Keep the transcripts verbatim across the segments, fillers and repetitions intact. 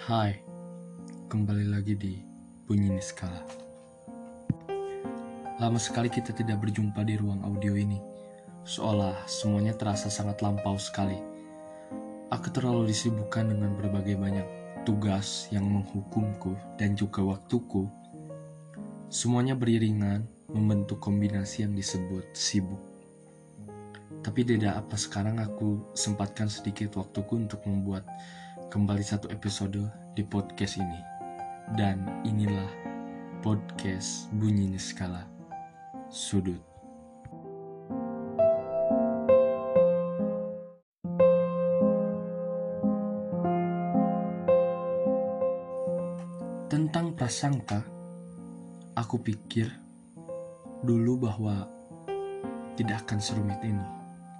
Hai, kembali lagi di Bunyi Niskala. Lama sekali kita tidak berjumpa di ruang audio ini, seolah semuanya terasa sangat lampau sekali. Aku terlalu disibukkan dengan berbagai banyak tugas yang menghukumku dan juga waktuku. Semuanya beriringan membentuk kombinasi yang disebut sibuk. Tapi tidak apa sekarang aku sempatkan sedikit waktuku untuk membuat kembali satu episode di podcast ini. Dan inilah podcast Bunyi Niskala Sudut. Tentang prasangka, aku pikir dulu bahwa tidak akan serumit ini.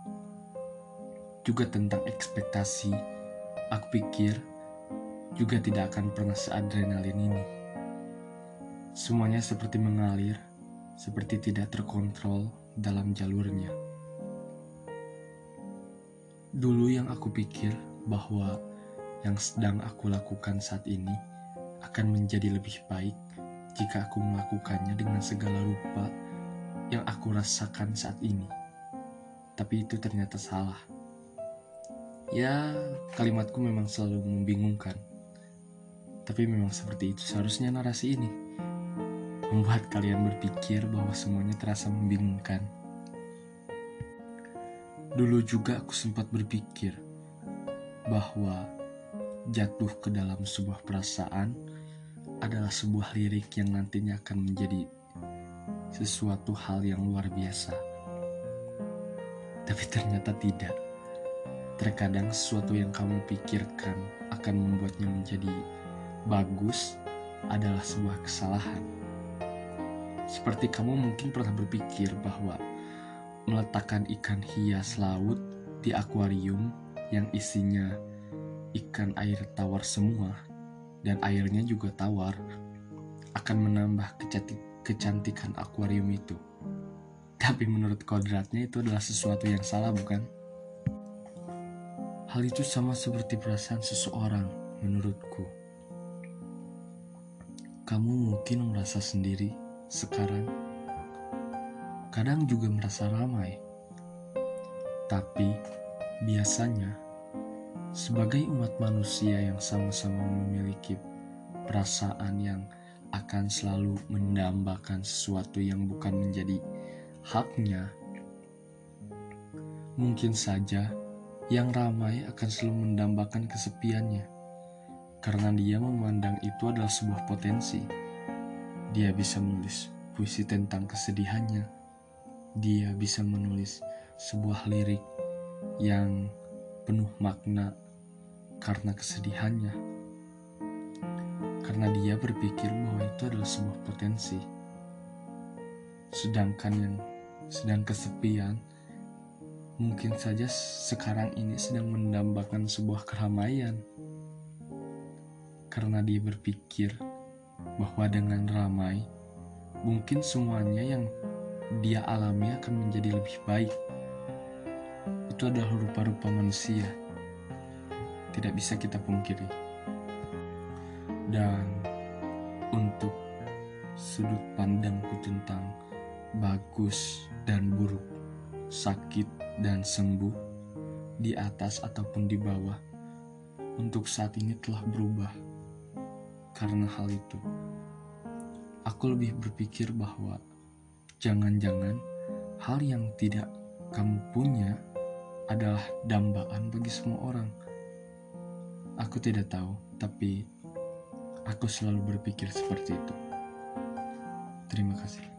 Juga tentang ekspektasi, aku pikir juga tidak akan pernah seadrenalin ini. Semuanya seperti mengalir, seperti tidak terkontrol dalam jalurnya. Dulu yang aku pikir bahwa yang sedang aku lakukan saat ini akan menjadi lebih baik jika aku melakukannya dengan segala rupa yang aku rasakan saat ini. Tapi itu ternyata salah. Ya, kalimatku memang selalu membingungkan. Tapi memang seperti itu seharusnya narasi ini. Membuat kalian berpikir bahwa semuanya terasa membingungkan. Dulu juga aku sempat berpikir bahwa jatuh ke dalam sebuah perasaan adalah sebuah lirik yang nantinya akan menjadi sesuatu hal yang luar biasa. Tapi ternyata tidak. Terkadang sesuatu yang kamu pikirkan akan membuatnya menjadi bagus adalah sebuah kesalahan. Seperti kamu mungkin pernah berpikir bahwa meletakkan ikan hias laut di akuarium yang isinya ikan air tawar semua dan airnya juga tawar akan menambah kecantikan akuarium itu. Tapi menurut kodratnya itu adalah sesuatu yang salah, bukan? Hal itu sama seperti perasaan seseorang menurutku. Kamu mungkin merasa sendiri sekarang, kadang juga merasa ramai. Tapi biasanya sebagai umat manusia yang sama-sama memiliki perasaan yang akan selalu mendambakan sesuatu yang bukan menjadi haknya, mungkin saja yang ramai akan selalu mendambakan kesepiannya, karena dia memandang itu adalah sebuah potensi. Dia bisa menulis puisi tentang kesedihannya. Dia bisa menulis sebuah lirik yang penuh makna karena kesedihannya. Karena dia berpikir bahwa itu adalah sebuah potensi. Sedangkan yang sedang kesepian mungkin saja sekarang ini sedang mendambakan sebuah keramaian. Karena dia berpikir bahwa dengan ramai, mungkin semuanya yang dia alami akan menjadi lebih baik. Itu adalah rupa-rupa manusia. Tidak bisa kita pungkiri. Dan untuk sudut pandangku tentang bagus dan buruk, sakit dan sembuh, di atas ataupun di bawah, untuk saat ini telah berubah. Karena hal itu, aku lebih berpikir bahwa jangan-jangan hal yang tidak kamu punya adalah dambaan bagi semua orang. Aku tidak tahu, tapi aku selalu berpikir seperti itu. Terima kasih.